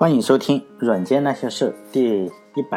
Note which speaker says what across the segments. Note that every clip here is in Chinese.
Speaker 1: 欢迎收听软件那些事第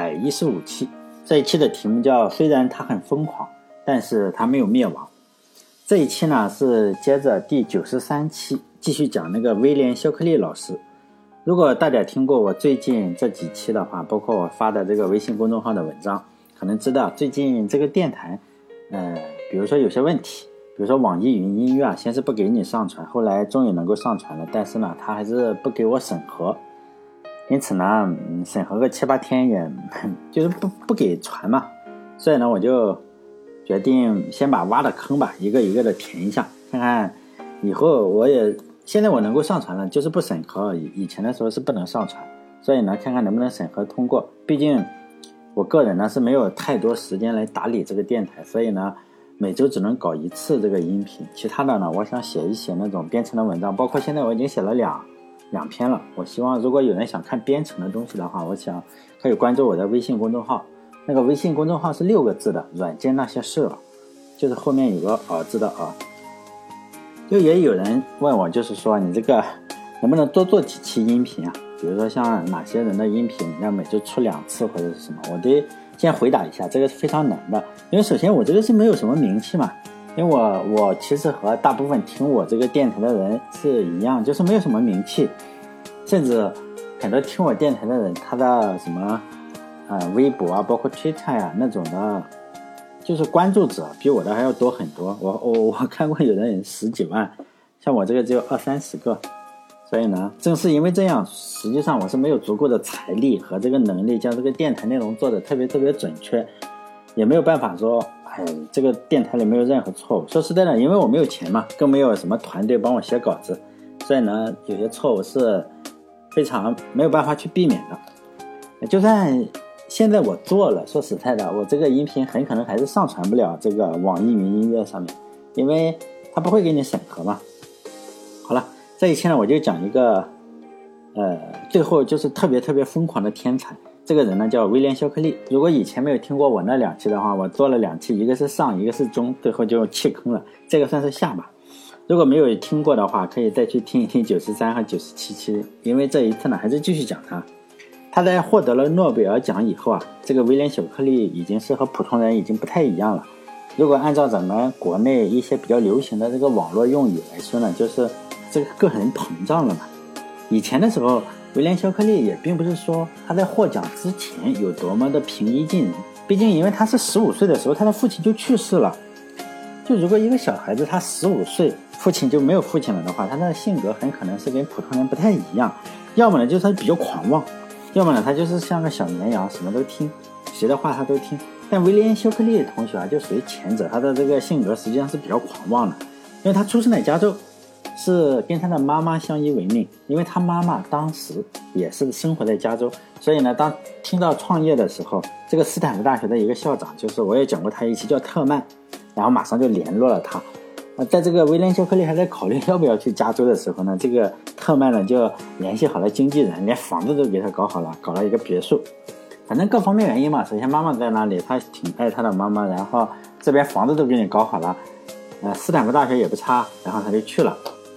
Speaker 1: 115期。这一期的题目叫虽然他很疯狂，但是他没有灭亡。这一期呢是接着第93期继续讲那个威廉肖克利老师。如果大家听过我最近这几期的话，包括我发的这个微信公众号的文章，可能知道最近这个电台比如说有些问题，比如说网易云音乐啊，先是不给你上传，后来终于能够上传了，但是呢他还是不给我审核，因此呢审核个7、8天也就是不给传嘛。所以呢我就决定先把挖的坑吧一个一个的填一下，看看以后现在我能够上传了，就是不审核，以前的时候是不能上传，所以呢看看能不能审核通过。毕竟我个人呢是没有太多时间来打理这个电台，所以呢每周只能搞一次这个音频，其他的呢我想写一写那种编程的文章，包括现在我已经写了两篇了。我希望如果有人想看编程的东西的话，我想可以关注我的微信公众号，那个微信公众号是6个字的，软件那些事，就是后面有个字的就也有人问我，就是说你这个能不能多做几期音频啊，比如说像哪些人的音频要每周出2次或者是什么。我得先回答一下，这个是非常难的，因为首先我这个是没有什么名气嘛，因为我其实和大部分听我这个电台的人是一样，就是没有什么名气，甚至很多听我电台的人他的什么微博啊包括 Twitter 啊那种的就是关注者比我的还要多很多，我看过有的人10几万，像我这个只有20-30个。所以呢正是因为这样，实际上我是没有足够的财力和这个能力将这个电台内容做得特别准确，也没有办法说这个电台里没有任何错误。说实在的，因为我没有钱嘛，更没有什么团队帮我写稿子，所以呢有些错误是非常没有办法去避免的。就算现在我做了，说实在的，我这个音频很可能还是上传不了这个网易云音乐上面，因为它不会给你审核嘛。好了，这一期呢我就讲一个最后就是特别疯狂的天才。这个人呢叫威廉肖克利。如果以前没有听过我那2期的话，我做了2期，一个是上一个是中，最后就弃坑了，这个算是下吧。如果没有听过的话，可以再去听一听93和97期，因为这一次呢还是继续讲他。他在获得了诺贝尔奖以后啊，这个威廉肖克利已经是和普通人已经不太一样了。如果按照咱们国内一些比较流行的这个网络用语来说呢，就是这个人膨胀了嘛。以前的时候威廉肖克利也并不是说他在获奖之前有多么的平易近人，毕竟因为他是15岁的时候他的父亲就去世了。就如果一个小孩子他15岁父亲就没有父亲了的话，他的性格很可能是跟普通人不太一样，要么呢就是他比较狂妄，要么呢他就是像个小绵羊，什么都听，谁的话他都听。但威廉肖克利同学就属于前者，他的这个性格实际上是比较狂妄的，因为他出生在加州，是跟他的妈妈相依为命，因为他妈妈当时也是生活在加州，所以呢当听到创业的时候，这个斯坦福大学的一个校长，就是我也讲过他一期叫特曼，然后马上就联络了他。在这个威廉肖克利还在考虑要不要去加州的时候呢，这个特曼呢就联系好了经纪人，连房子都给他搞好了，搞了一个别墅。反正各方面原因嘛，首先妈妈在那里，他挺爱他的妈妈，然后这边房子都给你搞好了，斯坦福大学也不差，然后他就去了，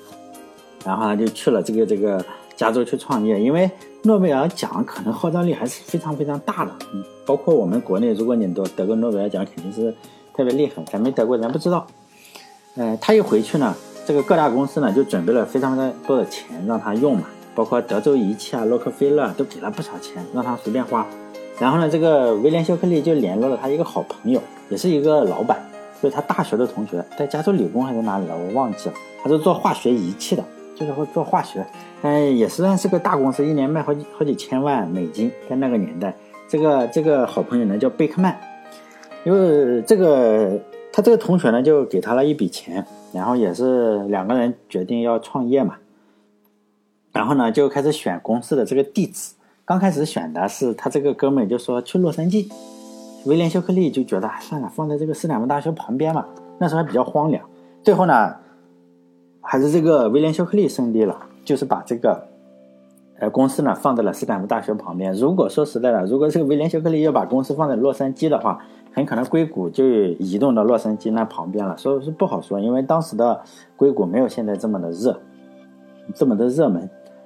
Speaker 1: 这个加州去创业。因为诺贝尔奖可能号召力还是非常大的，包括我们国内，如果你得过诺贝尔奖肯定是特别厉害，咱没得过咱不知道。他一回去呢，这个各大公司呢就准备了非常多的钱让他用嘛，包括德州仪器啊、洛克菲勒都给了不少钱让他随便花。然后呢这个威廉肖克利就联络了他一个好朋友，也是一个老板，就是他大学的同学，在加州理工还是哪里了我忘记了，他是做化学仪器的，就是会做化学，也算是个大公司，一年卖好几千万美金，在那个年代。这个好朋友呢叫贝克曼，因为他这个同学呢就给他了一笔钱，然后也是2个人决定要创业嘛，然后呢就开始选公司的这个地址。刚开始选的是他这个哥们就说去洛杉矶，威廉肖克利就觉得算了，放在这个斯坦福大学旁边嘛，那时候还比较荒凉。最后呢还是这个威廉肖克利胜利了，就是把这个公司呢放在了斯坦福大学旁边。如果说实在的，如果这个威廉肖克利要把公司放在洛杉矶的话，很可能硅谷就移动到洛杉矶那旁边了，所以是不好说，因为当时的硅谷没有现在这么的热门。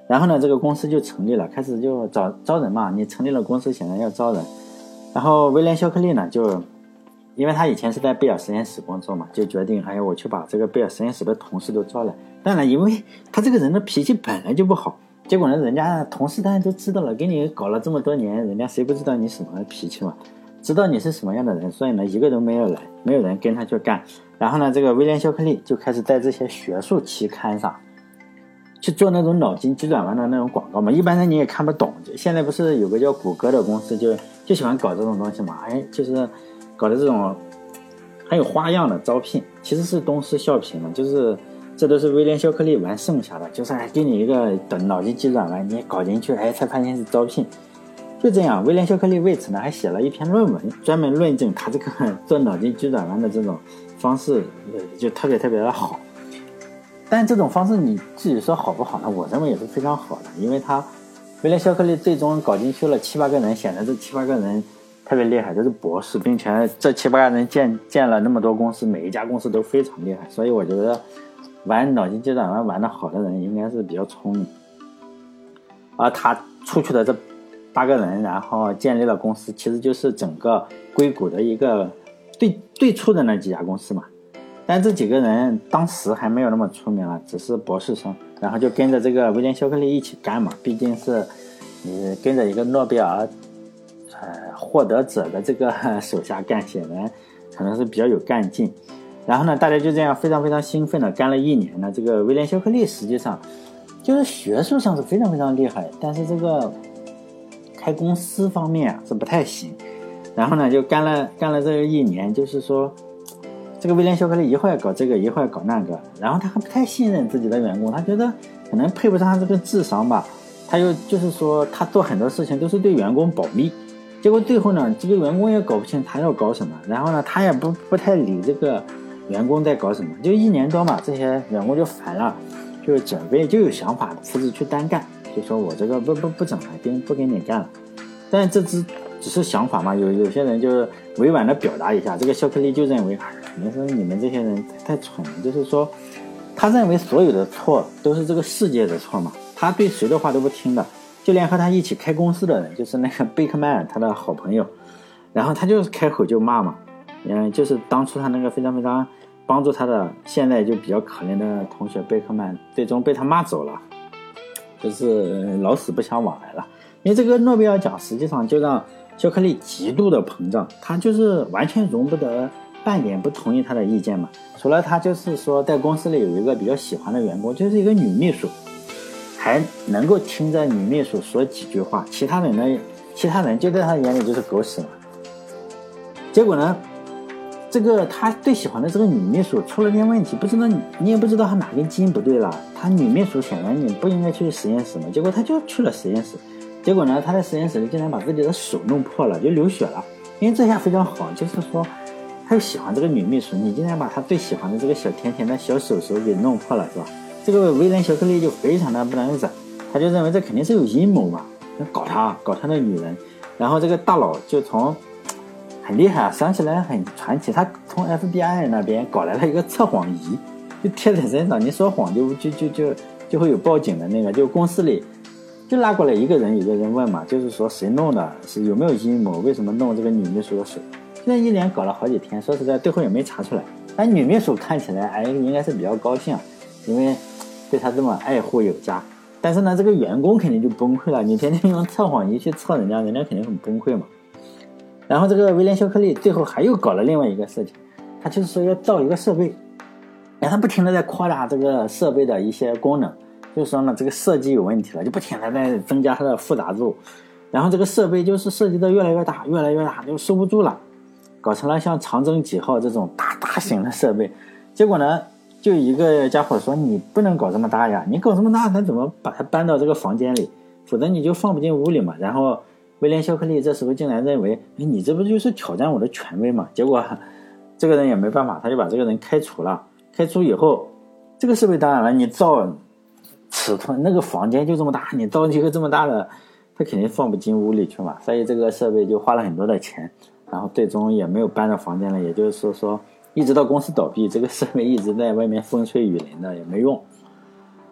Speaker 1: 然后呢，这个公司就成立了，开始就招人嘛。你成立了公司，显然要招人。然后威廉·肖克利呢，就因为他以前是在贝尔实验室工作嘛，就决定，哎呀，我去把这个贝尔实验室的同事都招来。当然，因为他这个人的脾气本来就不好，结果呢，人家同事当然都知道了，给你搞了这么多年，人家谁不知道你什么脾气嘛？知道你是什么样的人，所以呢，一个都没有来，没有人跟他去干。然后呢，这个威廉·肖克利就开始在这些学术期刊上去做那种脑筋急转弯的那种广告嘛，一般人你也看不懂。现在不是有个叫谷歌的公司就喜欢搞这种东西嘛，就是搞的这种很有花样的招聘，其实是东施效颦嘛，就是这都是威廉·肖克利玩剩下的，就是给你一个脑筋急转弯，你搞进去，才发现是招聘。就这样，威廉·肖克利为此呢还写了一篇论文，专门论证他这个做脑筋急转弯的这种方式就特别特别的好。但这种方式你自己说好不好呢？我认为也是非常好的，因为威廉·肖克利最终搞进去了7-8个人，显然这7-8个人特别厉害，都是博士，并且这7-8个人建了那么多公司，每一家公司都非常厉害，所以我觉得玩脑筋急转弯玩得好的人应该是比较聪明。而他出去的这8个人，然后建立了公司，其实就是整个硅谷的一个最初的那几家公司嘛。但这几个人当时还没有那么出名了，只是博士生，然后就跟着这个威廉·肖克利一起干嘛，毕竟是你跟着一个诺贝尔获得者的这个手下干，显然可能是比较有干劲。然后呢，大家就这样非常非常兴奋的干了1年呢。这个威廉·肖克利实际上就是学术上是非常非常厉害，但是这个开公司方面是不太行。然后呢，就干了这1年，就是说这个威廉·肖克利一会儿搞这个，一会儿搞那个，然后他还不太信任自己的员工，他觉得可能配不上他这个智商吧。他就是说他做很多事情都是对员工保密，结果最后呢，这个员工也搞不清他要搞什么，然后呢，他也不太理这个员工在搞什么。就1年多嘛，这些员工就烦了，就准备就有想法辞职去单干，就说我这个不整了，不跟你干了。但这只是想法嘛，有些人就委婉的表达一下，这个肖克利就认为可能是你们这些人太蠢了，就是说他认为所有的错都是这个世界的错嘛，他对谁的话都不听的，就连和他一起开公司的人，就是那个贝克曼他的好朋友，然后他就开口就骂嘛，就是当初他那个非常非常帮助他的现在就比较可怜的同学贝克曼，最终被他骂走了，就是老死不相往来了。因为这个诺贝尔奖实际上就让肖克利极度的膨胀，他就是完全容不得半点不同意他的意见嘛。除了他就是说在公司里有一个比较喜欢的员工，就是一个女秘书，还能够听着女秘书说几句话，其他人就在他眼里就是狗屎嘛。结果呢，这个他最喜欢的这个女秘书出了点问题，你也不知道他哪根筋不对了。他女秘书显然你不应该去实验室嘛，结果他就去了实验室。结果呢，他在实验室里竟然把自己的手弄破了，就流血了。因为这下非常好，就是说他又喜欢这个女秘书，你竟然把他最喜欢的这个小甜甜的小手给弄破了，是吧？这个威廉·肖克利就非常的不能忍，他就认为这肯定是有阴谋嘛，搞他的女人。然后这个大佬就从很厉害啊，想起来很传奇，他从 FBI 那边搞来了一个测谎仪，就贴在身上，你说谎就会有报警的那个，就公司里就拉过来一个人问嘛，就是说谁弄的，是有没有阴谋，为什么弄这个女秘书的手。现在一连搞了好几天，说实在最后也没查出来。但女秘书看起来应该是比较高兴，因为对他这么爱护有加。但是呢，这个员工肯定就崩溃了，你天天用测谎仪去测人家肯定很崩溃嘛。然后这个威廉·肖克利最后还又搞了另外一个事情，他就是说要造一个设备，他不停的在扩大这个设备的一些功能，就是说呢这个设计有问题了，就不停的在增加它的复杂度，然后这个设备就是设计的越来越大，就收不住了，搞成了像长征几号这种大型的设备。结果呢，就一个家伙说你不能搞这么大呀，你搞这么大咱怎么把它搬到这个房间里，否则你就放不进屋里嘛。然后威廉·肖克利这时候竟然认为你这不就是挑战我的权威嘛。结果这个人也没办法，他就把这个人开除了。开除以后，这个设备当然了，你造尺寸那个房间就这么大，你造一个这么大的，他肯定放不进屋里去嘛。所以这个设备就花了很多的钱，然后最终也没有搬到房间了。也就是说一直到公司倒闭，这个设备一直在外面风吹雨淋的也没用。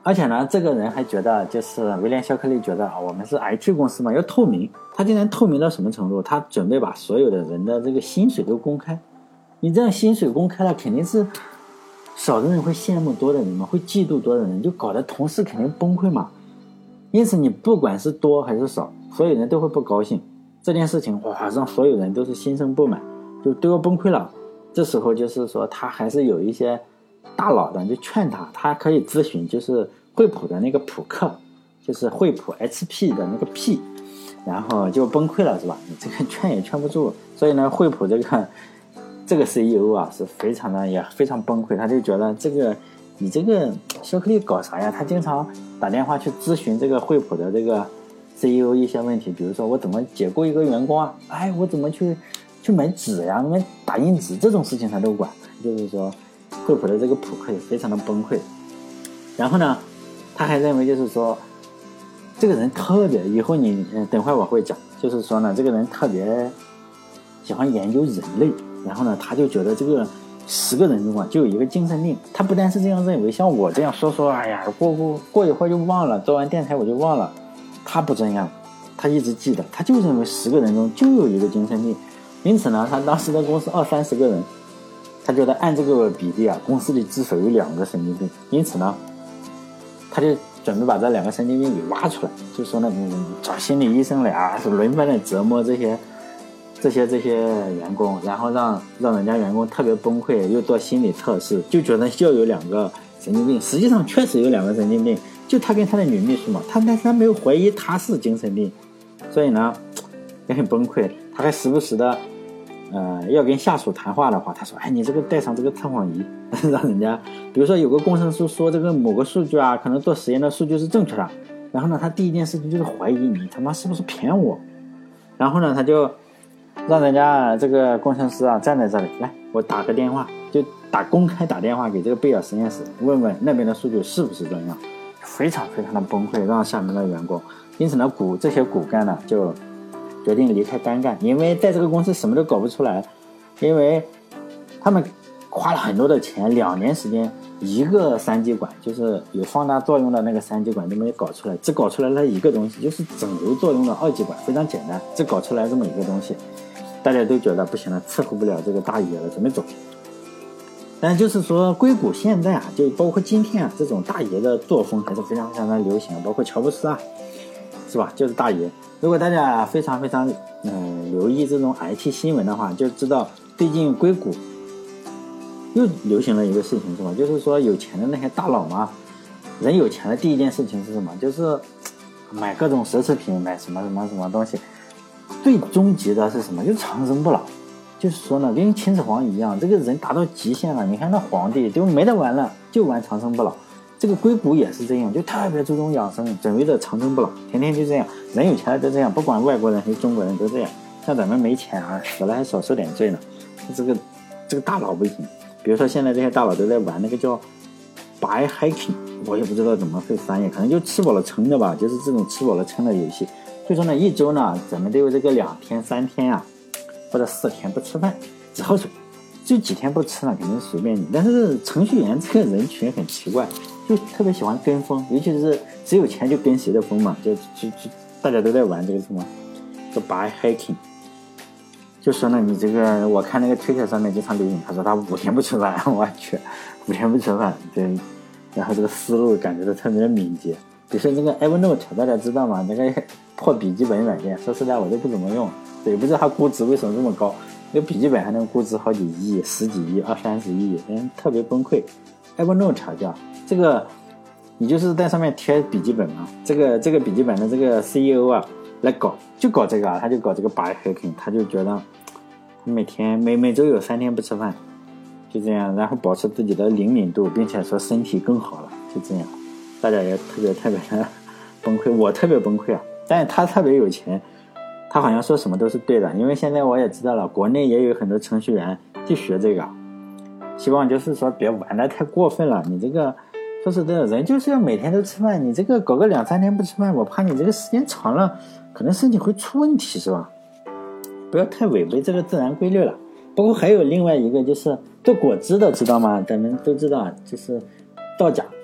Speaker 1: 而且呢，这个人还觉得，就是威廉·肖克利觉得我们是 IT 公司嘛，要透明。他竟然透明到什么程度？他准备把所有的人的这个薪水都公开。你这样薪水公开了，肯定是少的人会羡慕多的人嘛，会嫉妒多的人，就搞得同事肯定崩溃嘛。因此，你不管是多还是少，所有人都会不高兴。这件事情哇，让所有人都是心生不满，就都要崩溃了。这时候就是说，他还是有一些大佬的，就劝他可以咨询，就是惠普的那个普克，就是惠普 HP 的那个 P。然后就崩溃了，是吧？你这个劝也劝不住，所以呢，惠普这个 CEO 啊，是非常的也非常崩溃，他就觉得你这个肖克利搞啥呀？他经常打电话去咨询这个惠普的这个 CEO 一些问题，比如说我怎么解雇一个员工啊？我怎么去买纸呀？买打印纸这种事情他都管，就是说惠普的这个普克也非常的崩溃。然后呢，他还认为就是说。这个人特别，以后你等会我会讲，就是说呢，这个人特别喜欢研究人类，然后呢，他就觉得这个10个人中啊，就有一个精神病。他不但是这样认为，像我这样说，过一会儿就忘了，做完电台我就忘了。他不这样，他一直记得，他就认为10个人中就有一个精神病。因此呢，他当时的公司20-30个人，他觉得按这个比例啊，公司里至少有2个神经病。因此呢，他就准备把这2个神经病给挖出来，就说呢，找心理医生来啊，是轮番的折磨这些员工，然后让人家员工特别崩溃，又做心理测试，就觉得就有2个神经病，实际上确实有2个神经病，就他跟他的女秘书嘛，但是他没有怀疑他是精神病，所以呢也很崩溃。他还时不时的要跟下属谈话的话，他说你这个带上这个测谎仪，让人家比如说有个工程师说这个某个数据啊，可能做实验的数据是正确的，然后呢他第一件事情就是怀疑你他妈是不是骗我，然后呢他就让人家这个工程师啊站在这里，来我打个电话，就公开打电话给这个贝尔实验室，问问那边的数据是不是这样，非常非常的崩溃，让下面的员工。因此呢这些骨干呢就决定离开单干，因为在这个公司什么都搞不出来，因为他们花了很多的钱，2年时间一个3极管，就是有放大作用的那个3极管都没搞出来，只搞出来了一个东西，就是整流作用的2极管，非常简单，只搞出来这么一个东西，大家都觉得不行了，伺候不了这个大爷了，准备走。但就是说硅谷现在啊，就包括今天啊，这种大爷的作风还是非常非常的流行，包括乔布斯啊，是吧？就是大爷。如果大家非常非常留意这种 IT 新闻的话，就知道最近硅谷又流行了一个事情，是吧？就是说有钱的那些大佬嘛，人有钱的第一件事情是什么？就是买各种奢侈品，买什么什么什么东西。最终极的是什么？就是长生不老。就是说呢，跟秦始皇一样，这个人达到极限了。你看那皇帝就没得玩了，就玩长生不老。这个硅谷也是这样，就特别注重养生，准备着长生不老，天天就这样。人有钱了就这样，不管外国人还是中国人都这样。像咱们没钱啊，死了还少受点罪呢。这个大佬不行。比如说现在这些大佬都在玩那个叫 biohacking， 我也不知道怎么会翻译，可能就吃饱了撑的吧，就是这种吃饱了撑的游戏。所以说呢，一周呢，咱们都有这个2天3天啊，或者4天不吃饭，只喝水。就几天不吃呢，肯定随便你。但是程序员这个人群很奇怪，就特别喜欢跟风，尤其是只有钱就跟谁的风嘛，就大家都在玩这个什么叫 biohacking。就说呢，你这个我看那个推特上面经常流行，他说他5天不吃饭，我去，5天不吃饭，对，然后这个思路感觉到特别的敏捷。比如说那个 Evernote， 大家知道吗？那个破笔记本软件，说实在我都不怎么用，也不知道它估值为什么这么高。那个笔记本还能估值好几亿、10几亿、20-30亿，特别崩溃。Evernote 叫这个，你就是在上面贴笔记本嘛。这个笔记本的这个 CEO 啊，来搞这个啊，他就搞这个 biohacking， 他就觉得每周有3天不吃饭，就这样，然后保持自己的灵敏度，并且说身体更好了，就这样。大家也特别的崩溃，我特别崩溃啊！但是他特别有钱，他好像说什么都是对的，因为现在我也知道了，国内也有很多程序员去学这个，希望就是说别玩得太过分了。你这个说是这个人就是要每天都吃饭，你这个搞个2-3天不吃饭，我怕你这个时间长了，可能身体会出问题，是吧？不要太违背这个自然规律了。包括还有另外一个就是做果汁的，知道吗？咱们都知道，就是造假。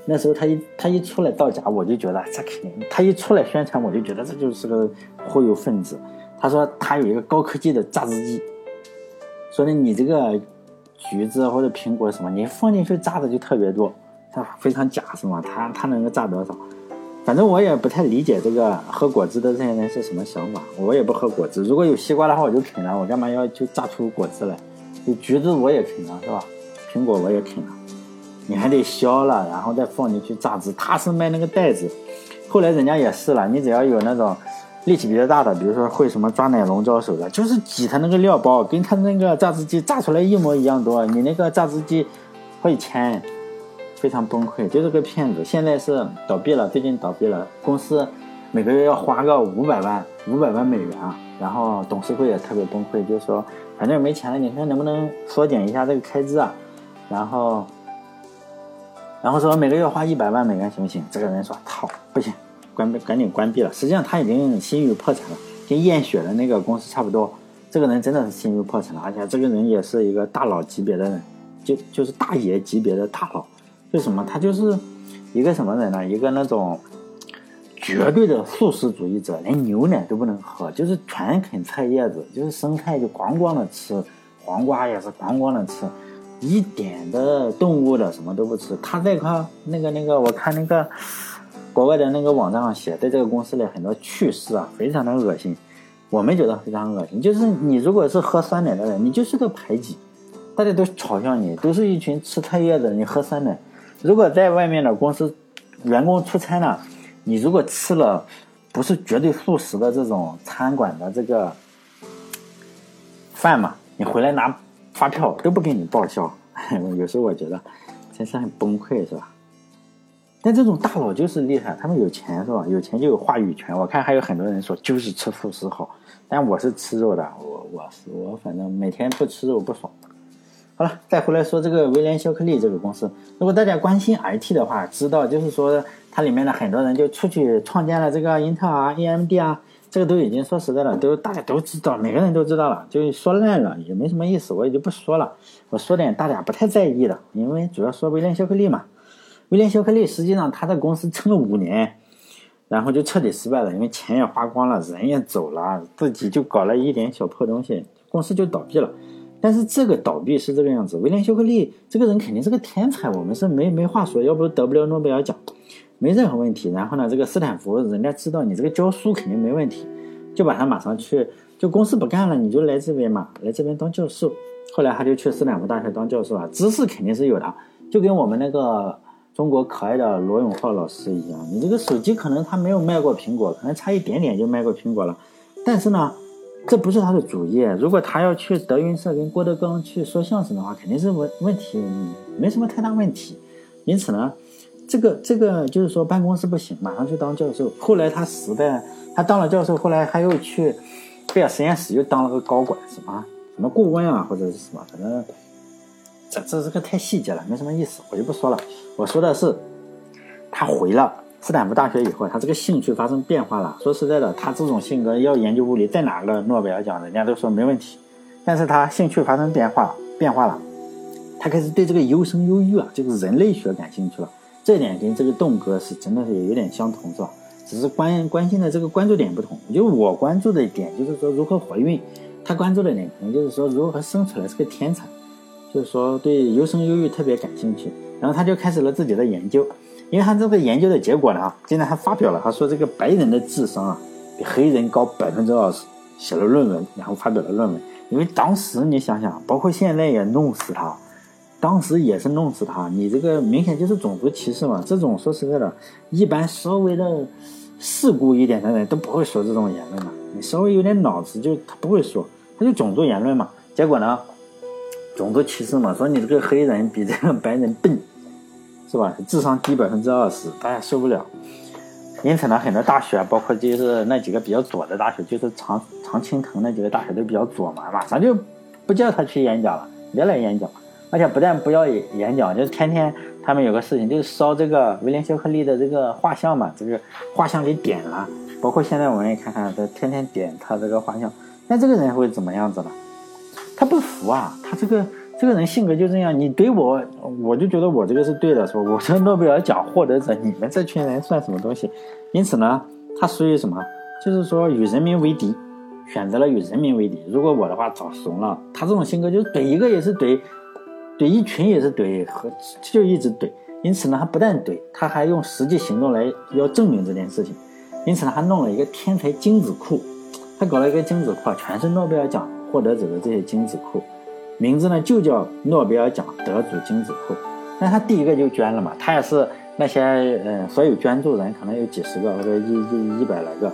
Speaker 1: 那时候他一出来造假，我就觉得这肯定，他一出来宣传，我就觉得这就是个忽悠分子。他说他有一个高科技的榨汁机，说的你这个橘子或者苹果什么，你放进去榨的就特别多，他非常假是吗？他能够榨多少？反正我也不太理解这个喝果汁的这些人是什么想法。我也不喝果汁，如果有西瓜的话我就啃了，我干嘛要就榨出果汁来？有橘子我也啃了是吧？苹果我也啃了，你还得削了然后再放进去榨汁。他是卖那个袋子，后来人家也是了，你只要有那种力气比较大的，比如说会什么抓奶龙招手的，就是挤他那个料包跟他那个榨汁机榨出来一模一样多，你那个榨汁机会签，非常崩溃，就是个骗子。现在是倒闭了，最近倒闭了，公司每个月要花个500万美元啊，然后董事会也特别崩溃，就是说反正没钱了，你看能不能缩减一下这个开支啊？然后说每个月花100万美元行不行？这个人说操，不行，赶紧关闭了。实际上他已经信誉破产了，跟验血的那个公司差不多。这个人真的是信誉破产了，而且这个人也是一个大佬级别的人，就是大爷级别的大佬。为什么？他就是一个什么人呢？一个那种绝对的素食主义者，连牛奶都不能喝，就是全啃菜叶子，就是生菜就光的吃，黄瓜也是光的吃，一点的动物的什么都不吃。他在那个我看那个国外的那个网站上写，在这个公司里很多趣事啊，非常的恶心。我们觉得非常恶心，就是你如果是喝酸奶的人，你就是个排挤，大家都嘲笑你，都是一群吃菜叶的，你喝酸奶。如果在外面的公司员工出差呢，你如果吃了不是绝对素食的这种餐馆的这个饭嘛，你回来拿发票都不给你报销。有时候我觉得真是很崩溃是吧？但这种大佬就是厉害，他们有钱是吧？有钱就有话语权。我看还有很多人说就是吃素食好，但我是吃肉的，我反正每天不吃肉不爽。好了，再回来说这个威廉肖克利这个公司，如果大家关心 IT 的话，知道就是说它里面的很多人就出去创建了这个英特尔啊、AMD 啊，这个都已经说实在的大家都知道，每个人都知道了，就说烂了也没什么意思，我也就不说了。我说点大家不太在意的，因为主要说威廉肖克利嘛。威廉肖克利实际上他在公司撑了5年，然后就彻底失败了，因为钱也花光了，人也走了，自己就搞了一点小破东西，公司就倒闭了。但是这个倒闭是这个样子，威廉肖克利这个人肯定是个天才，我们是没话说，要不得不了诺贝尔奖，没任何问题。然后呢，这个斯坦福人家知道你这个教书肯定没问题，就把他马上去，就公司不干了，你就来这边嘛，来这边当教授。后来他就去斯坦福大学当教授了，知识肯定是有的，就跟我们那个中国可爱的罗永浩老师一样，你这个手机可能他没有卖过苹果，可能差一点点就卖过苹果了，但是呢这不是他的主业。如果他要去德云社跟郭德纲去说相声的话，肯定是问题没什么太大问题。因此呢这个就是说办公室不行，马上去当教授。后来他当了教授，后来还又去贝尔实验室又当了个高管，什么顾问啊或者是什么，反正这个太细节了，没什么意思，我就不说了。我说的是他回了斯坦福大学以后，他这个兴趣发生变化了。说实在的，他这种性格要研究物理，再拿个诺贝尔奖人家都说没问题。但是他兴趣发生变化了，他开始对这个优生优育啊，这个人类学感兴趣了。这点跟这个栋哥是真的是有点相同是吧？只是关心的这个关注点不同。就我关注的点就是说如何怀孕，他关注的点可能就是说如何生出来是个天才，就是说对优生优育特别感兴趣。然后他就开始了自己的研究，因为他这个研究的结果呢，今天他发表了，他说这个白人的智商啊比黑人高20%，写了论文，然后发表了论文。因为当时你想想，包括现在也弄死他，当时也是弄死他，你这个明显就是种族歧视嘛。这种说实在的，一般稍微的世故一点的人都不会说这种言论嘛，你稍微有点脑子就他不会说，他就种族言论嘛。结果呢种族歧视嘛，说你这个黑人比这个白人笨是吧，智商低20%，大家受不了。因此呢很多大学包括就是那几个比较左的大学，就是常青藤那几个大学都比较左嘛，马上就不叫他去演讲了，别来演讲。而且不但不要演讲，就是天天他们有个事情就是烧这个威廉肖克利的这个画像嘛，这个画像给点了，包括现在我们也看看他天天点他这个画像。那这个人会怎么样子呢？他不服啊，他这个这个人性格就这样，你怼我，我就觉得我这个是对的，说我是诺贝尔奖获得者，你们这群人算什么东西？因此呢，他属于什么？就是说与人民为敌，选择了与人民为敌。如果我的话早怂了，他这种性格就是怼一个也是怼，怼一群也是怼，就一直怼。因此呢，他不但怼，他还用实际行动来要证明这件事情。因此呢，他弄了一个天才精子库，他搞了一个精子库，全是诺贝尔奖获得者的这些精子库，名字呢就叫诺贝尔奖得主精子库。那他第一个就捐了嘛，他也是那些所有捐助人可能有几十个或者100来个，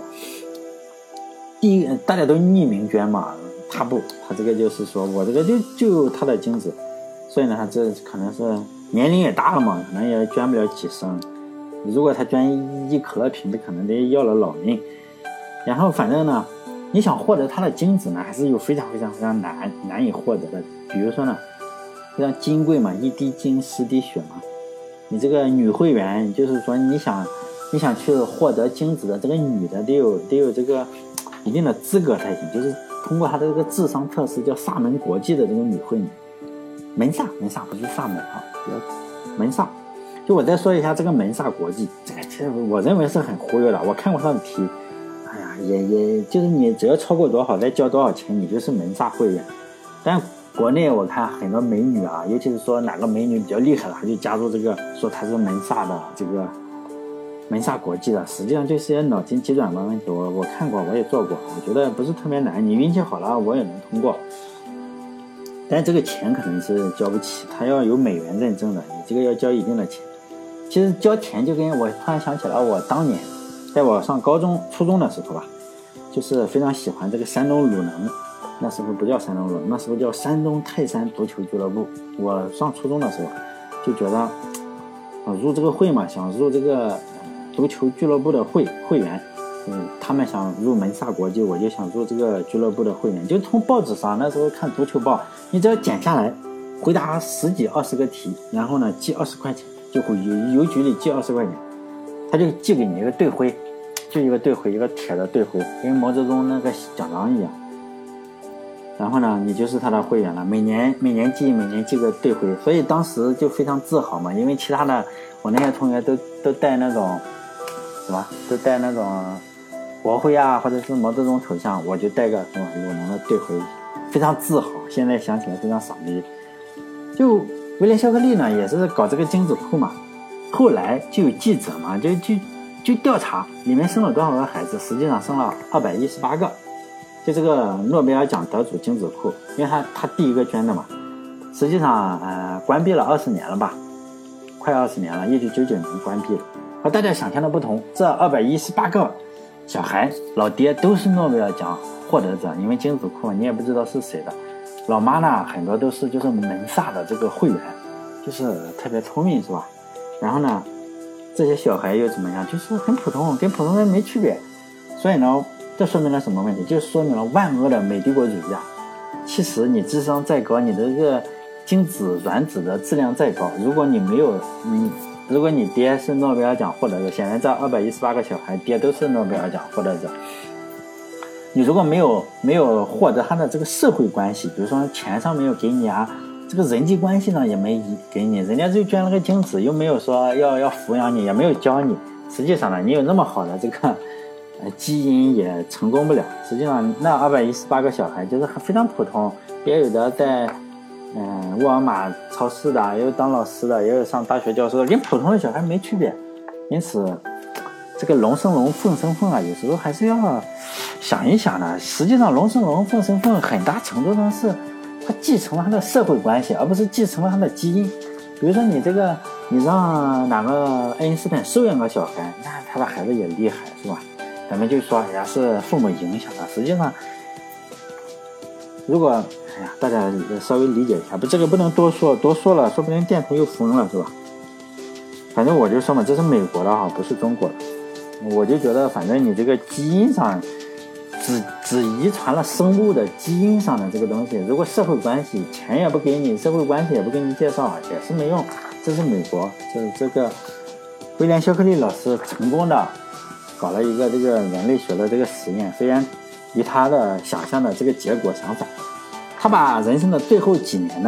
Speaker 1: 大家都匿名捐嘛，他不，他这个就是说我这个就他的精子，所以呢，他这可能是年龄也大了嘛，可能也捐不了几升。如果他捐1可乐瓶的，可能得要了老命。然后反正呢，你想获得他的精子呢，还是有非常非常非常难以获得的。比如说呢，非常金贵嘛，一滴精10滴血嘛。你这个女会员，就是说你想去获得精子的这个女的，得有这个一定的资格才行，就是通过她的这个智商测试，叫萨门国际的这个女会员，门萨不是萨门啊，门萨。就我再说一下这个门萨国际，这个其实我认为是很忽悠的。我看过他的题，哎呀，也就是你只要超过多少，再交多少钱，你就是门萨会员。但国内我看很多美女啊，尤其是说哪个美女比较厉害了，她就加入这个，说她是门萨的这个门萨国际的，实际上就是些脑筋急转弯问题。我看过，我也做过，我觉得不是特别难，你运气好了，我也能通过。但这个钱可能是交不起，他要有美元认证的，你这个要交一定的钱。其实交钱就跟我突然想起了我当年在我上高中初中的时候吧，就是非常喜欢这个山东鲁能，那时候不叫山东鲁能，那时候叫山东泰山足球俱乐部。我上初中的时候就觉得入这个会嘛，想入这个足球俱乐部的会员，他们想入门萨国际，我就想入这个俱乐部的会员。就从报纸上那时候看足球报，你只要剪下来回答10几20个题，然后呢寄20块钱，就会邮局里寄20块钱，他就寄给你一个队徽，就一个队徽，一个铁的队徽，跟毛泽东那个奖章一样。然后呢，你就是他的会员了，每年寄个队徽，所以当时就非常自豪嘛。因为其他的我那些同学都带那种什么，都带那种国徽啊，或者是毛泽东头像，我就带个什么鲁能的队徽，非常自豪。现在想起来非常傻逼。就威廉肖克利呢，也是搞这个精子库嘛，后来就有记者嘛，就调查里面生了多少个孩子，实际上生了218个。就这个诺贝尔奖得主精子库，因为他第一个捐的嘛，实际上关闭了20年了吧，快20年了，1999年关闭了。和大家想象的不同，这218个小孩老爹都是诺贝尔奖获得者，因为精子库你也不知道是谁的。老妈呢，很多都是就是门萨的这个会员，就是特别聪明是吧？然后呢，这些小孩又怎么样？就是很普通，跟普通人没区别。所以呢，这说明了什么问题？就说明了万恶的美帝国主义啊！其实你智商再高，你的这个精子卵子的质量再高，如果你没有如果你爹是诺贝尔奖获得者，显然这218个小孩爹都是诺贝尔奖获得者。你如果没有获得他的这个社会关系，比如说钱上没有给你啊，这个人际关系呢也没给你，人家就捐了个精子，又没有说要抚养你，也没有教你。实际上呢，你有那么好的这个基因也成功不了。实际上那218个小孩就是非常普通，也有的在沃尔玛超市的，也有当老师的，也有上大学教授的，跟普通的小孩没区别。因此这个龙生龙，凤生凤啊，有时候还是要想一想的。实际上龙生龙，凤生凤，很大程度上是他继承了他的社会关系，而不是继承了他的基因。比如说你让哪个爱因斯坦收养个小孩，那他的孩子也厉害是吧？咱们就说人家是父母影响的。实际上如果大家稍微理解一下，这个不能多说了说不定电台又封了是吧？反正我就说嘛，这是美国的哈，不是中国的。我就觉得反正你这个基因上只遗传了生物的基因上的这个东西，如果社会关系钱也不给你，社会关系也不给你介绍，也是没用。这是美国，就是这个威廉肖克利老师成功的搞了一个这个人类学的这个实验，虽然与他的想象的这个结果相反，他把人生的最后几年呢，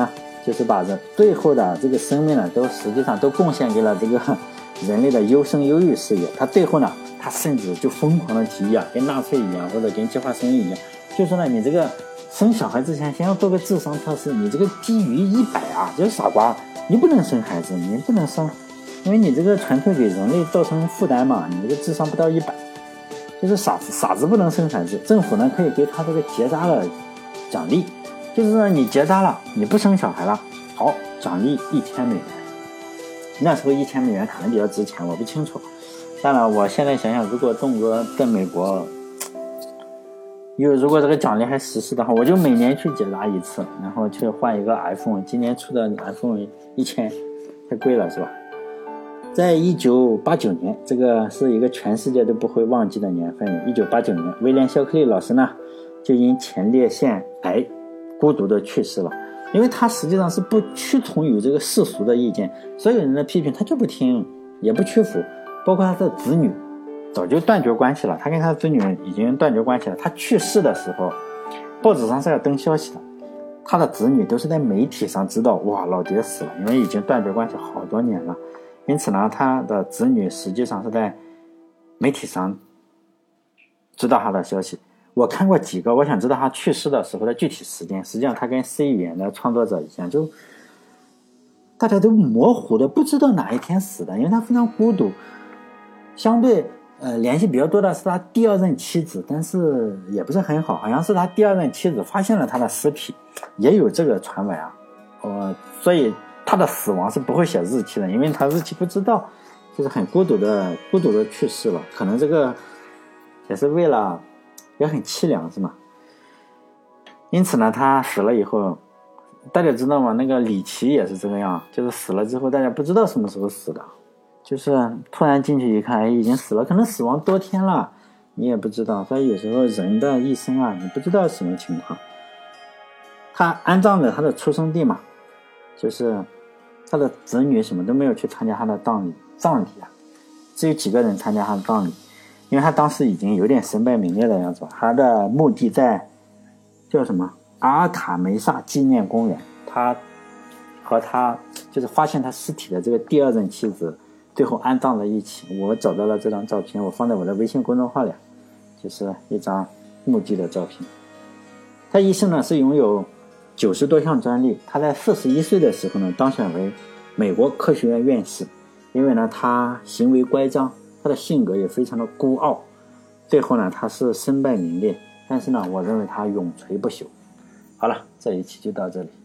Speaker 1: 就是把最后的这个生命呢，实际上都贡献给了这个人类的优生优育事业。他最后呢，他甚至就疯狂的提议啊，跟纳粹一样，或者跟计划生育一样，就说呢，你这个生小孩之前先要做个智商测试，你这个低于100啊，就是傻瓜，你不能生孩子，你不能生，因为你这个纯粹给人类造成负担嘛，你这个智商不到100，就是傻子不能生孩子。政府呢可以给他这个结扎的奖励，就是说你结扎了，你不生小孩了，好，奖励$1000。那时候$1000可能比较值钱，我不清楚。当然我现在想想，如果中国在美国如果这个奖励还实施的话，我就每年去结扎一次，然后去换一个 iPhone。 今年出的 iPhone 1000太贵了是吧。在1989年，这个是一个全世界都不会忘记的年份。1989年，威廉肖克利老师呢就因前列腺癌孤独的去世了。因为他实际上是不屈从于这个世俗的意见，所有人的批评他就不听，也不屈服，包括他的子女早就断绝关系了，他跟他的子女已经断绝关系了。他去世的时候，报纸上是要登消息的，他的子女都是在媒体上知道，哇，老爹死了，因为已经断绝关系好多年了。因此呢，他的子女实际上是在媒体上知道他的消息。我看过几个，我想知道他去世的时候的具体时间。实际上他跟 C 语言的创作者一样，就大家都模糊的不知道哪一天死的，因为他非常孤独。相对联系比较多的是他第2任妻子，但是也不是很好，好像是他第2任妻子发现了他的尸体，也有这个传闻啊。所以他的死亡是不会写日期的，因为他日期不知道，就是很孤独的去世了。可能这个也是为了，也很凄凉是吗？因此呢，他死了以后，大家知道吗？那个李琦也是这个样，就是死了之后大家不知道什么时候死的，就是突然进去一看，哎，已经死了，可能死亡多天了，你也不知道。所以有时候人的一生啊，你不知道什么情况。他安葬在他的出生地嘛，就是他的子女什么都没有去参加他的葬礼啊，只有几个人参加他的葬礼。因为他当时已经有点身败名裂的样子，他的墓地在叫什么阿尔塔梅萨纪念公园。他和他就是发现他尸体的这个第2任妻子最后安葬在一起。我找到了这张照片，我放在我的微信公众号里，就是一张墓地的照片。他一生呢是拥有90多项专利。他在41岁的时候呢当选为美国科学院院士。因为呢他行为乖张，他的性格也非常的孤傲，最后呢他是身败名裂，但是呢我认为他永垂不朽。好了，这一期就到这里。